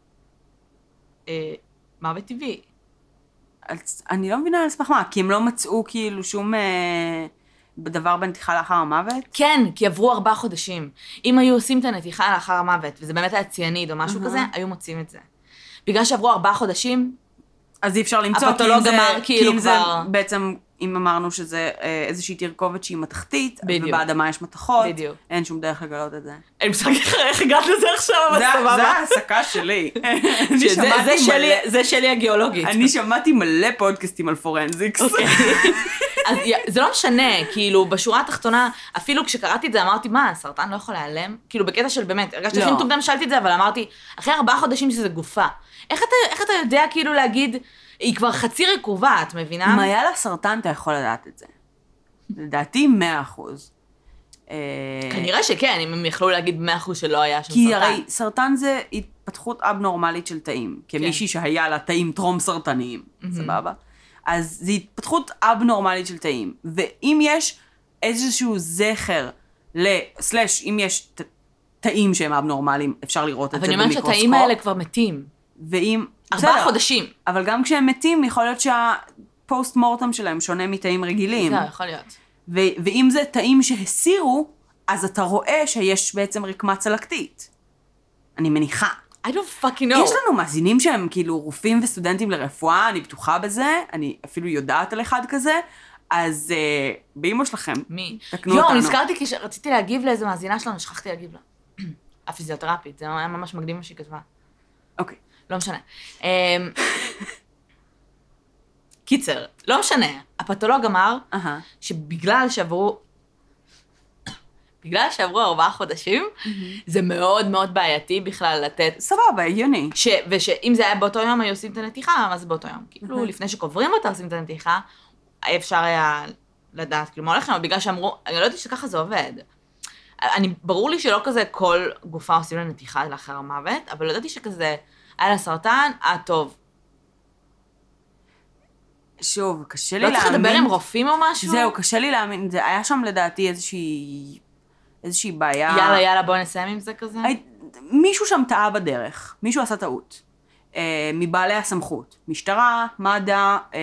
מוות טבעי. אני לא מבינה על סמך מה, כי הם לא מצאו כאילו שום דבר בנתיחה לאחר המוות? כן, כי עברו ארבעה חודשים. אם היו עושים את הנתיחה לאחר המוות, וזה באמת היה ציאניד או משהו כזה, היו מוצאים את זה. בגלל שעברו ארבעה חודשים, אז אי אפשר למצוא, הפתולוג אמר כאילו כבר... בעצם, אם אמרנו שזה איזושהי תרכובת שהיא מתכתית, ובאדמה יש מתכות, אין שום דרך לגלות את זה. אין מסתכל איך הגעת לזה עכשיו, אבל סבבה. זה ההעסקה שלי. זה שלי הגיאולוגית. אני שמעתי מלא פודקאסטים על פורנזיקס. אז זה לא משנה, כאילו, בשורה התחתונה, אפילו כשקראתי את זה, אמרתי, מה, סרטן לא יכול להיעלם? כאילו, בקטע של באמת, הרגשתי הכי מטומטם שאלתי את זה, אבל אמרתי, אחרי ארבעה חודשים שזה גופה. איך אתה, איך אתה יודע, כאילו, להגיד, היא כבר חצי רקובה, את מבינה? אם היה לה סרטן, אתה יכול לדעת את זה. לדעתי, מאה אחוז. כנראה שכן, אם הם יכלו להגיד מאה אחוז שלא היה שם סרטן. כי הרי סרטן זה התפתחות אבנורמלית של תאים, כמישהי שהיה לה תאים טרום סרטניים, סבבה? אז זו התפתחות אבנורמלית של תאים. ואם יש איזשהו זכר, סלש, אם יש תאים שהם אבנורמליים, אפשר לראות את זה במיקרוסקופ. אבל אני אומרת שהתאים האלה כבר מתים. ואם... ארבעה חודשים. אבל גם כשהם מתים, יכול להיות שהפוסט מורטם שלהם שונה מתאים רגילים. זה יכול להיות. ואם זה תאים שהסירו, אז אתה רואה שיש בעצם רקמה צלקתית. אני מניחה. I don't fucking know. יש לנו מאזינים שהם כאילו רופאים וסטודנטים לרפואה, אני בטוחה בזה, אני אפילו יודעת על אחד כזה, אז uh, באמא שלכם, מי? תקנו יו, אותנו. נזכרתי כי רציתי להגיב לאיזה מאזינה שלנו, שכחתי להגיב לה. הפיזיותרפית, זה היה ממש מקדים מה שהיא כתבה. אוקיי. לא משנה. קיצר, לא משנה. הפתולוג אמר שבגלל שעברו, בגלל שעברו ארבעה חודשים, זה מאוד מאוד בעייתי בכלל לתת... סבבה, הגיוני. ושאם זה היה באותו יום, היו עושים את הנתיחה, מה זה באותו יום? כאילו, לפני שקוברים אותה, עושים את הנתיחה, אפשר היה לדעת, כאילו, מה הולך להם, בגלל שאמרו, אני לא יודעת שככה זה עובד. אני, ברור לי שלא כזה כל גופה עושים לה נתיחה לאחר המוות, אבל לא ידעתי שכזה, היה לה סרטן, אה, טוב. שוב, קשה לי להאמין. לא צריך לדבר עם רופאים או משהו? זהו, קשה לי להאמין. זה היה שם לדעתי איזושהי, איזושהי בעיה. יאללה, יאללה, בואי נסיים עם זה כזה. הי... מישהו שם טעה בדרך. מישהו עשה טעות. אה, מבעלי הסמכות. משטרה, מד"א, אה, אה,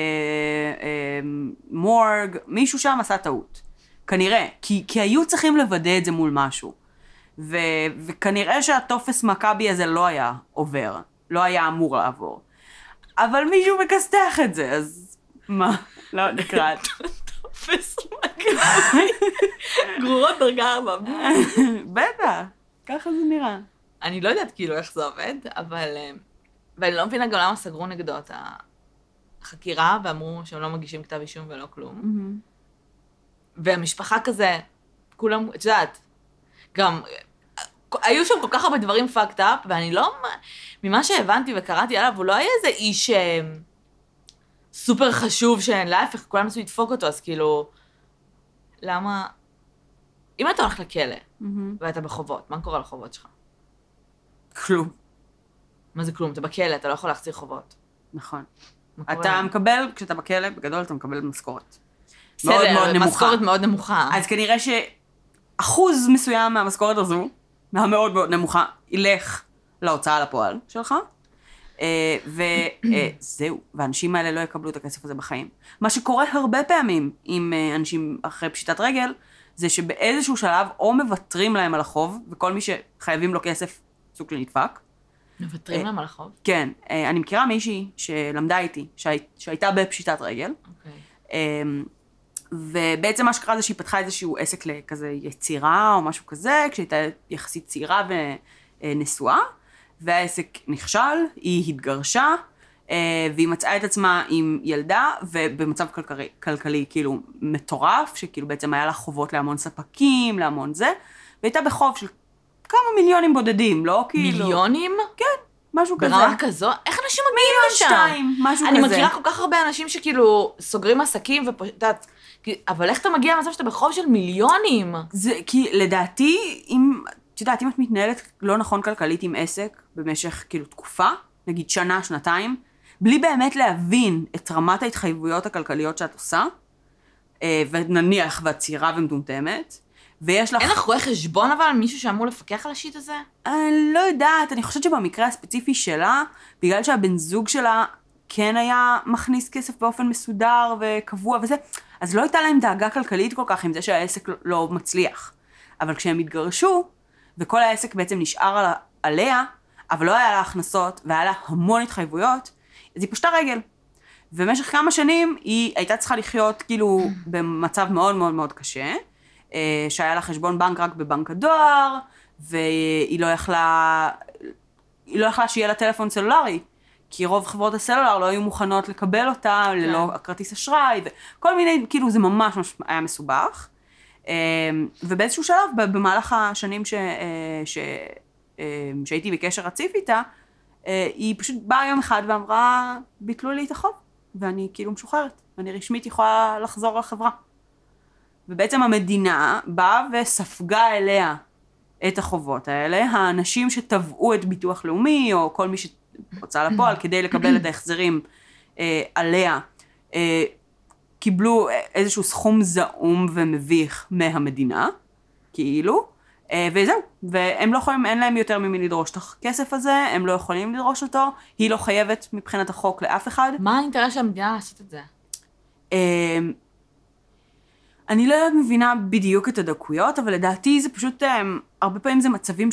מורג, מישהו שם עשה טעות. כנראה. כי, כי היו צריכים לוודא את זה מול משהו. ו, וכנראה שהטופס מכבי הזה לא היה עובר. לא היה אמור לעבור. אבל מישהו מקסתח את זה, אז מה? לא, נקרא. טופס מכבי. גרורות דרגה ארבע. בטח, ככה זה נראה. אני לא יודעת כאילו איך זה עובד, אבל... ואני לא מבינה גם למה סגרו נגדו את החקירה, ואמרו שהם לא מגישים כתב אישום ולא כלום. והמשפחה כזה, כולם, את יודעת, גם... היו שם כל כך הרבה דברים fucked up, ואני לא... ממה שהבנתי וקראתי עליו, הוא לא היה איזה איש סופר חשוב, שלהפך, כולם ניסו לדפוק אותו, אז כאילו... למה... אם אתה הולך לכלא, ואתה בחובות, מה קורה לחובות שלך? כלום. מה זה כלום? אתה בכלא, אתה לא יכול להחזיר חובות. נכון. אתה מקבל, כשאתה בכלא, בגדול אתה מקבל משכורת. בסדר, משכורת מאוד נמוכה. אז כנראה שאחוז מסוים מהמשכורת הזו, מהמאוד מאוד נמוכה, ילך להוצאה לפועל שלך, וזהו, והאנשים האלה לא יקבלו את הכסף הזה בחיים. מה שקורה הרבה פעמים עם אנשים אחרי פשיטת רגל, זה שבאיזשהו שלב או מבטרים להם על החוב, וכל מי שחייבים לו כסף סוג של נדפק. מבטרים להם על החוב? כן, אני מכירה מישהי שלמדה איתי, שהייתה בפשיטת רגל, ובעצם מה שקרה זה שהיא פתחה איזשהו עסק לכזה יצירה או משהו כזה, כשהייתה יחסית צעירה ונשואה, והעסק נכשל, היא התגרשה, והיא מצאה את עצמה עם ילדה, ובמצב כלכלי, כלכלי כאילו מטורף, שכאילו בעצם היה לה חובות להמון ספקים, להמון זה, והייתה בחוב של כמה מיליונים בודדים, לא כאילו... מיליונים? כן, משהו כזה. ברמה כזו? איך אנשים מגיעים לשם? מיליון שתיים, משהו אני כזה. אני מכירה כל כך הרבה אנשים שכאילו סוגרים עסקים ופושטת, אבל איך אתה מגיע למצב שאתה בחוב של מיליונים? זה כי לדעתי, אם, את יודעת, אם את מתנהלת לא נכון כלכלית עם עסק במשך כאילו תקופה, נגיד שנה, שנתיים, בלי באמת להבין את רמת ההתחייבויות הכלכליות שאת עושה, ונניח ואת צעירה ומדומתמת, ויש לך... אין לך רואה חשבון אבל מישהו שאמור לפקח על השיט הזה? אני לא יודעת, אני חושבת שבמקרה הספציפי שלה, בגלל שהבן זוג שלה כן היה מכניס כסף באופן מסודר וקבוע וזה, אז לא הייתה להם דאגה כלכלית כל כך עם זה שהעסק לא מצליח. אבל כשהם התגרשו, וכל העסק בעצם נשאר על, עליה, אבל לא היה לה הכנסות, והיה לה המון התחייבויות, אז היא פשטה רגל. ובמשך כמה שנים היא הייתה צריכה לחיות כאילו במצב מאוד מאוד מאוד קשה, שהיה לה חשבון בנק רק בבנק הדואר, והיא לא יכלה, היא לא יכלה שיהיה לה טלפון סלולרי, כי רוב חברות הסלולר לא היו מוכנות לקבל אותה, כן. ללא כרטיס אשראי, וכל מיני, כאילו זה ממש ממש היה מסובך. ובאיזשהו שלב, במהלך השנים ש, ש, שהייתי בקשר רציף איתה, היא פשוט באה יום אחד ואמרה, ביטלו לי את החוב, ואני כאילו משוחררת, ואני רשמית יכולה לחזור לחברה. ובעצם המדינה באה וספגה אליה את החובות האלה, האנשים שטבעו את ביטוח לאומי, או כל מי שרוצה לפועל, כדי לקבל את ההחזרים אה, עליה, אה, קיבלו איזשהו סכום זעום ומביך מהמדינה, כאילו, אה, וזהו, והם לא יכולים, אין להם יותר ממי לדרוש את הכסף הזה, הם לא יכולים לדרוש אותו, היא לא חייבת מבחינת החוק לאף אחד. מה האינטרס של המדינה לעשות את זה? אה, אני לא מבינה בדיוק את הדקויות, אבל לדעתי זה פשוט, הרבה פעמים זה מצבים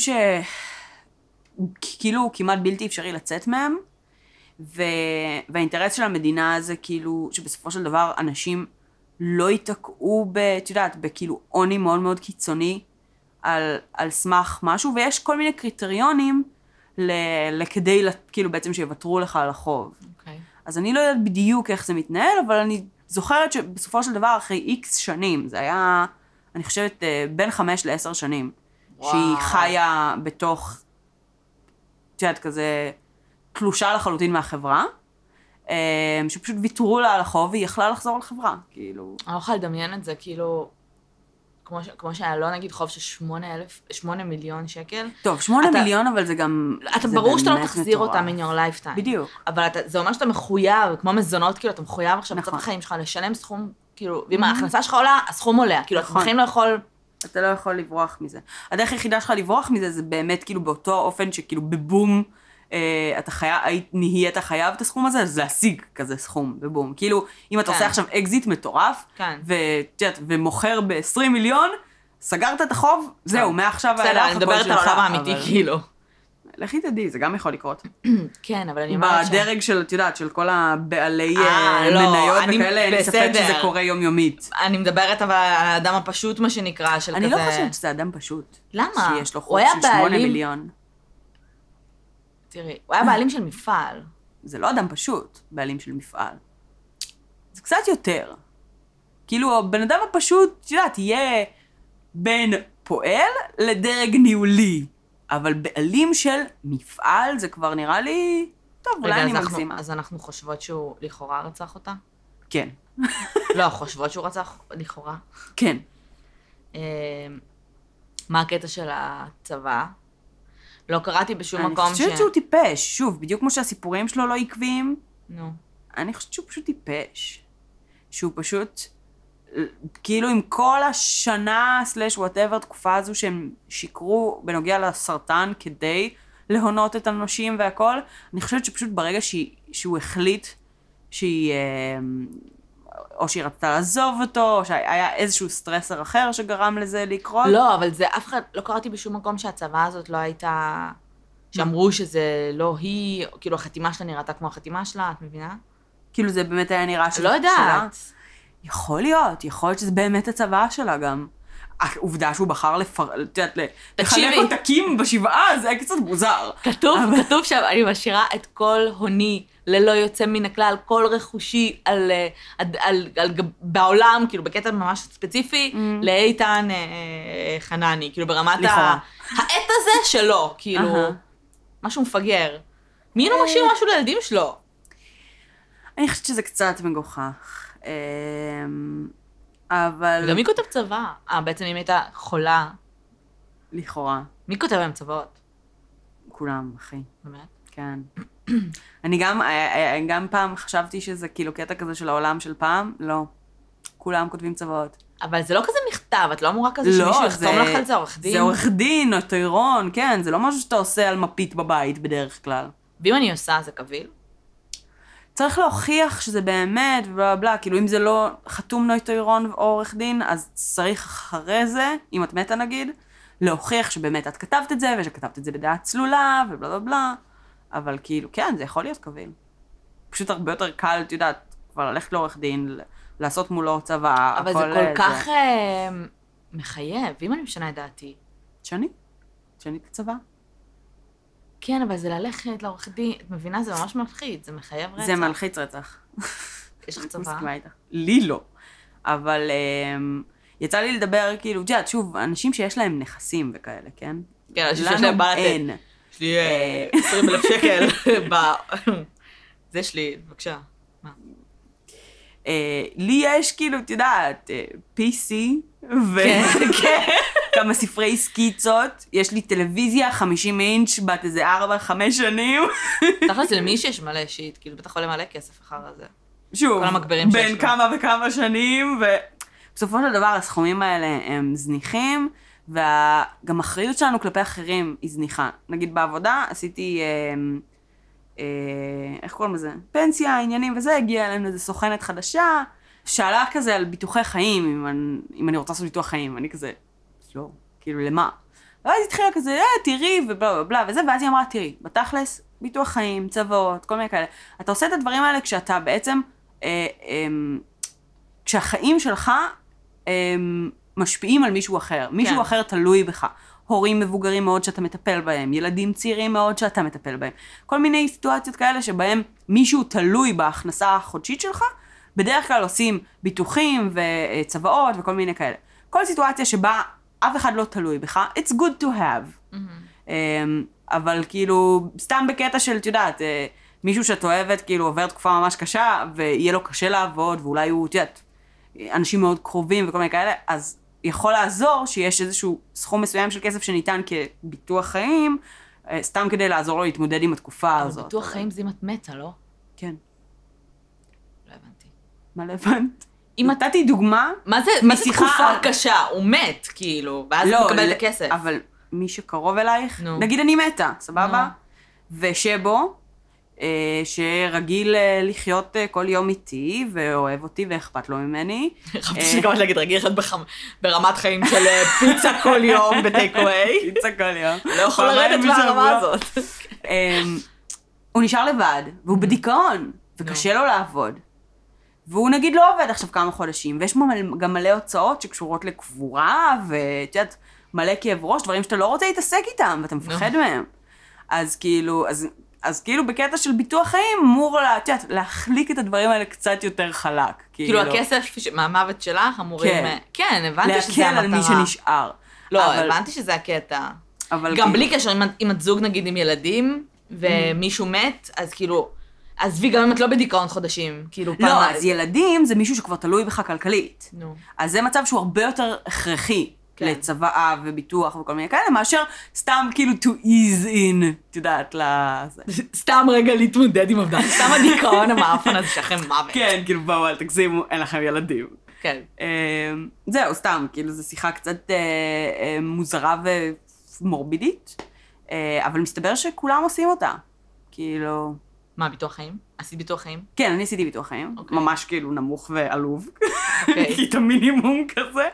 שכאילו כמעט בלתי אפשרי לצאת מהם, ו... והאינטרס של המדינה זה כאילו שבסופו של דבר אנשים לא ייתקעו, את יודעת, בכאילו עוני מאוד מאוד קיצוני על, על סמך משהו, ויש כל מיני קריטריונים לכדי, כאילו בעצם שיוותרו לך על החוב. אוקיי. אז אני לא יודעת בדיוק איך זה מתנהל, אבל אני זוכרת שבסופו של דבר, אחרי איקס שנים, זה היה, אני חושבת, בין חמש לעשר שנים, וואו. שהיא חיה בתוך, את יודעת, כזה, תלושה לחלוטין מהחברה, שפשוט ויתרו לה על החוב, והיא יכלה לחזור לחברה, כאילו. אני לא יכולה לדמיין את זה, כאילו, כמו, ש... כמו שהיה לא נגיד חוב של שמונה אלף, שמונה מיליון שקל. טוב, שמונה אתה... מיליון, אבל זה גם... אתה זה ברור שאתה לא תחזיר אותם in your lifetime. בדיוק. אבל אתה, זה אומר שאתה מחויב, כמו מזונות, כאילו, אתה מחויב עכשיו בצד החיים שלך, לשלם סכום, כאילו, ואם ההכנסה שלך עולה, הסכום עולה, כאילו, אתה בחיים לא יכול... אתה לא יכול לברוח מזה. הדרך היחידה שלך לברוח מזה, זה באמת, כאילו, באותו אופן שכאילו, בבום, אתה חייב, נהיית חייב את הסכום הזה, אז להשיג כזה סכום, בבום. כאילו, אם אתה עושה עכשיו אקזיט מטורף, ומוכר ב-עשרים מיליון, סגרת את החוב, זהו, מעכשיו ואילך הכל שלך. בסדר, אני מדברת על העולם האמיתי, כאילו. לכי תדעי, זה גם יכול לקרות. כן, אבל אני אומרת ש... בדרג של, את יודעת, של כל הבעלי מניות וכאלה, אין ספק שזה קורה יומיומית. אני מדברת אבל על האדם הפשוט, מה שנקרא, של כזה... אני לא חושבת שזה אדם פשוט. למה? שיש לו חוב של שמונה מיליון. תראי, הוא היה בעלים של מפעל. זה לא אדם פשוט, בעלים של מפעל. זה קצת יותר. כאילו, הבן אדם הפשוט, את יודעת, יהיה בין פועל לדרג ניהולי. אבל בעלים של מפעל זה כבר נראה לי... טוב, אולי אני מגזימה. אז אנחנו חושבות שהוא לכאורה רצח אותה? כן. לא, חושבות שהוא רצח לכאורה? כן. מה הקטע של הצבא? לא קראתי בשום מקום ש... אני חושבת שהוא טיפש. שוב, בדיוק כמו שהסיפורים שלו לא עקביים. נו. אני חושבת שהוא פשוט טיפש. שהוא פשוט... כאילו עם כל השנה סלש whatever תקופה הזו שהם שיקרו בנוגע לסרטן כדי להונות את האנשים והכל, אני חושבת שפשוט ברגע שהיא, שהוא החליט שהיא, או שהיא רצתה לעזוב אותו, או שהיה איזשהו סטרסר אחר שגרם לזה לקרות. לא, אבל זה אף אחד, לא קראתי בשום מקום שהצבא הזאת לא הייתה, שאמרו שזה לא היא, כאילו החתימה שלה נראתה כמו החתימה שלה, את מבינה? כאילו זה באמת היה נראה שלה. לא יודעת. יכול להיות, יכול להיות שזה באמת הצבא שלה גם. העובדה שהוא בחר לפר... לחלק עותקים בשבעה, זה היה קצת מוזר. כתוב, כתוב שם, אני משאירה את כל הוני, ללא יוצא מן הכלל, כל רכושי על, על, על, על, בעולם, כאילו בקטע ממש ספציפי, mm. לאיתן אה, חנני, כאילו ברמת ה... העת הזה שלו, כאילו, uh-huh. משהו מפגר. מי לא משאיר משהו לילדים שלו? אני חושבת שזה קצת מגוחך. אבל... גם מי כותב צבא? אה, בעצם אם הייתה חולה. לכאורה. מי כותב להם צבאות? כולם, אחי. באמת? כן. אני גם, גם פעם חשבתי שזה כאילו קטע כזה של העולם של פעם, לא. כולם כותבים צבאות. אבל זה לא כזה מכתב, את לא אמורה כזה שמישהו יחתום לך על זה, עורך דין? זה עורך דין, או תירון, כן, זה לא משהו שאתה עושה על מפית בבית בדרך כלל. ואם אני עושה, זה קביל? צריך להוכיח שזה באמת, ובלה בלה, כאילו אם זה לא חתום נויטוירון או עורך דין, אז צריך אחרי זה, אם את מתה נגיד, להוכיח שבאמת את כתבת את זה, ושכתבת את זה בדעת צלולה, ובלה בלה בלה, אבל כאילו, כן, זה יכול להיות קביל. פשוט הרבה יותר קל, את יודעת, כבר ללכת לעורך דין, לעשות מולו צבא, אבל זה כל כך מחייב, אם אני משנה את דעתי. שני? שני את הצבא? כן, אבל זה ללכת לעורך דין, את מבינה? זה ממש מלחיץ, זה מחייב רצח. זה מלחיץ רצח. יש לך צבא? לי לא. אבל יצא לי לדבר, כאילו, ג'ת, שוב, אנשים שיש להם נכסים וכאלה, כן? כן, אנשים שיש להם בעלת. אין. יש לי עשרים אלף שקל. זה שלי, בבקשה. מה? לי יש, כאילו, את יודעת, פי סי, וכמה ספרי סקיצות, יש לי טלוויזיה, חמישים אינץ', בת איזה ארבע, חמש שנים. תכלס, למי שיש מלא שיט, כאילו, בטח עולה מלא כסף אחר הזה. שוב, בין כמה וכמה שנים, ובסופו של דבר, הסכומים האלה הם זניחים, וגם האחריות שלנו כלפי אחרים היא זניחה. נגיד, בעבודה עשיתי... איך קוראים לזה? פנסיה, עניינים וזה, הגיעה אלינו איזו סוכנת חדשה, שאלה כזה על ביטוחי חיים, אם אני, אם אני רוצה לעשות ביטוח חיים, אני כזה, לא, כאילו, למה? ואז התחילה כזה, אה, תראי, ובלה בלה בלה, וזה, ואז היא אמרה, תראי, בתכלס, ביטוח חיים, צבאות, כל מיני כאלה. אתה עושה את הדברים האלה כשאתה בעצם, אה, אה, כשהחיים שלך הם, משפיעים על מישהו אחר. מישהו כן. אחר תלוי בך. הורים מבוגרים מאוד שאתה מטפל בהם, ילדים צעירים מאוד שאתה מטפל בהם. כל מיני סיטואציות כאלה שבהם מישהו תלוי בהכנסה החודשית שלך, בדרך כלל עושים ביטוחים וצבאות וכל מיני כאלה. כל סיטואציה שבה אף אחד לא תלוי בך, it's good to have. Mm-hmm. אבל כאילו, סתם בקטע של, את יודעת, מישהו שאת אוהבת, כאילו עובר תקופה ממש קשה, ויהיה לו קשה לעבוד, ואולי הוא, את יודעת, אנשים מאוד קרובים וכל מיני כאלה, אז יכול לעזור שיש איזשהו סכום מסוים של כסף שניתן כביטוח חיים, סתם כדי לעזור לו להתמודד עם התקופה הזאת. אבל ביטוח חיים זה אם את מתה, לא? כן. לא הבנתי. מה לא הבנת? נתתי דוגמה. מה זה, מה זה תקופה קשה? הוא מת, כאילו, ואז הוא מקבל את הכסף. אבל מי שקרוב אלייך, נגיד אני מתה, סבבה? ושבו, שרגיל לחיות כל יום איתי, ואוהב אותי ואכפת לו ממני. חשבתי שכמובן להגיד, רגיל לחיות ברמת חיים של פיצה כל יום בטייקווי. פיצה כל יום. לא יכול לרדת מהרמה הזאת. הוא נשאר לבד, והוא בדיכאון, וקשה לו לעבוד. והוא נגיד לא עובד עכשיו כמה חודשים, ויש גם מלא הוצאות שקשורות לקבורה, ואת יודעת, מלא כאב ראש, דברים שאתה לא רוצה להתעסק איתם, ואתה מפחד מהם. אז כאילו, אז, אז כאילו בקטע של ביטוח חיים, אמור לה, את יודעת, להחליק את הדברים האלה קצת יותר חלק. כאילו, כאילו הכסף מהמוות שלך אמורים... כן, כן, הבנתי שזה המטרה. להקל על מי שנשאר. לא, אבל... הבנתי שזה הקטע. גם כאילו... בלי קשר, אם, אם את זוג נגיד עם ילדים, ומישהו מת, אז כאילו... עזבי, גם אם את לא בדיכאון חודשים, כאילו פעם... לא, אז ילדים זה מישהו שכבר תלוי בך כלכלית. נו. אז זה מצב שהוא הרבה יותר הכרחי כן. לצבאה וביטוח וכל מיני כאלה, מאשר סתם כאילו to ease in, את יודעת, לזה. סתם רגע להתמודד עם עובדה. סתם הדיכאון המאפן הזה שלכם מוות. כן, כאילו בואו, אל תגזימו, אין לכם ילדים. כן. זהו, סתם, כאילו זו שיחה קצת מוזרה ומורבידית, אבל מסתבר שכולם עושים אותה. כאילו... מה, ביטוח חיים? עשית ביטוח חיים? כן, אני עשיתי ביטוח חיים. Okay. ממש כאילו נמוך ועלוב. Okay. כי את המינימום כזה.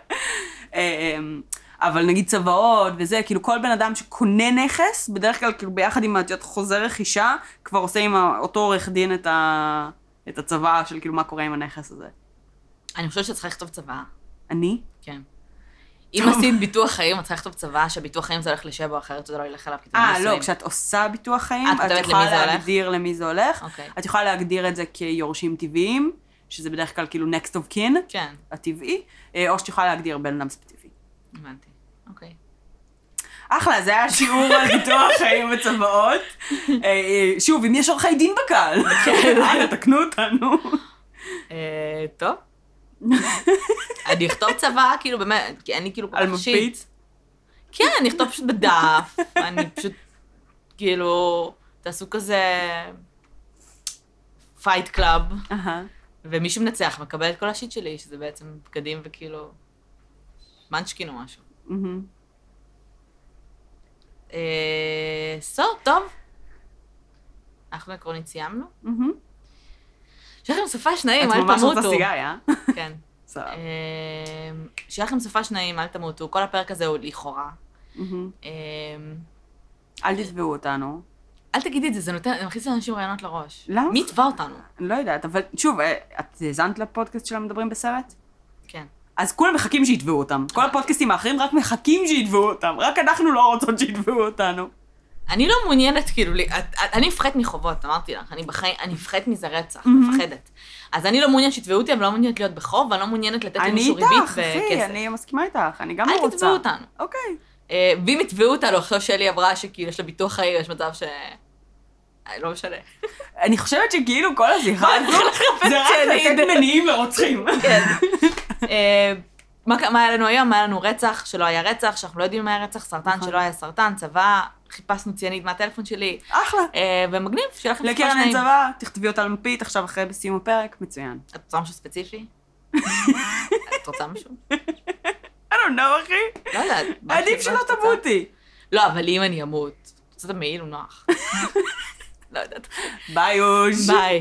אבל נגיד צבאות וזה, כאילו כל בן אדם שקונה נכס, בדרך כלל כאילו ביחד עם חוזר רכישה, כבר עושה עם אותו עורך דין את, ה... את הצבא של כאילו מה קורה עם הנכס הזה. אני חושבת שצריך לכתוב צבא. אני? כן. אם עשית ביטוח חיים, את צריכה לכתוב צבא, שהביטוח חיים זה הולך לשבע, אחרת זה לא ילך אליו. אה, לא, כשאת עושה ביטוח חיים, את יכולה להגדיר למי זה הולך. את יכולה להגדיר את זה כיורשים טבעיים, שזה בדרך כלל כאילו next of kin, הטבעי, או שאת יכולה להגדיר בן אדם ספציפי. הבנתי, אוקיי. אחלה, זה היה שיעור על ביטוח חיים וצבאות. שוב, אם יש עורכי דין בקהל, אנא, תקנו אותנו. טוב. אני אכתוב צבא, כאילו באמת, כי אני כאילו... על מפית? כן, אני אכתוב פשוט בדף, אני פשוט, כאילו, תעשו כזה פייט קלאב, ומי שמנצח מקבל את כל השיט שלי, שזה בעצם בגדים וכאילו, מנצ'קין או משהו. סו, טוב. אנחנו עקרונית סיימנו. שיהיה לכם סופה שניים, אל תמותו. את ממש רוצה סיגריה. כן. שיהיה לכם סופה שניים, אל תמותו. כל הפרק הזה הוא לכאורה. אל תתבעו אותנו. אל תגידי את זה, זה נותן, זה מכניס לאנשים רעיונות לראש. למה? מי יתבע אותנו? אני לא יודעת, אבל שוב, את האזנת לפודקאסט של המדברים בסרט? כן. אז כולם מחכים שיתבעו אותם. כל הפודקאסטים האחרים רק מחכים שיתבעו אותם. רק אנחנו לא רוצות שיתבעו אותנו. אני לא מעוניינת, כאילו, אני מפחדת מחובות, אמרתי לך, אני בחיים, אני מפחדת מזה רצח, מפחדת. אז אני לא מעוניינת שתתבעו אותי, אבל לא מעוניינת להיות בחוב, ואני לא מעוניינת לתת למישהו ריבית וכסף. אני איתך, אחי, אני מסכימה איתך, אני גם לא רוצה. אל תתבעו אותנו. אוקיי. ואם יתבעו אותנו, עכשיו שלי עברה שכאילו, יש לה ביטוח חיים, יש מצב ש... לא משנה. אני חושבת שכאילו כל השיחה הזו, זה רק לתת מניעים לרוצחים. כן. מה היה לנו היום? היה לנו רצח שלא היה רצח, שאנחנו לא יודעים מה היה רצח, סרטן שלא היה סרטן, צבא, חיפשנו ציינית מהטלפון שלי. אחלה. ומגניב, שיהיה לכם ספר שניים. לקרן אין צבא, תכתבי אותה למפית, עכשיו אחרי בסיום הפרק, מצוין. את רוצה משהו ספציפי? את רוצה משהו? I don't know, אחי. לא יודעת. עדיף שלא תמותי. לא, אבל אם אני אמות, קצת המעיל הוא נוח. לא יודעת. ביי, אוש. ביי.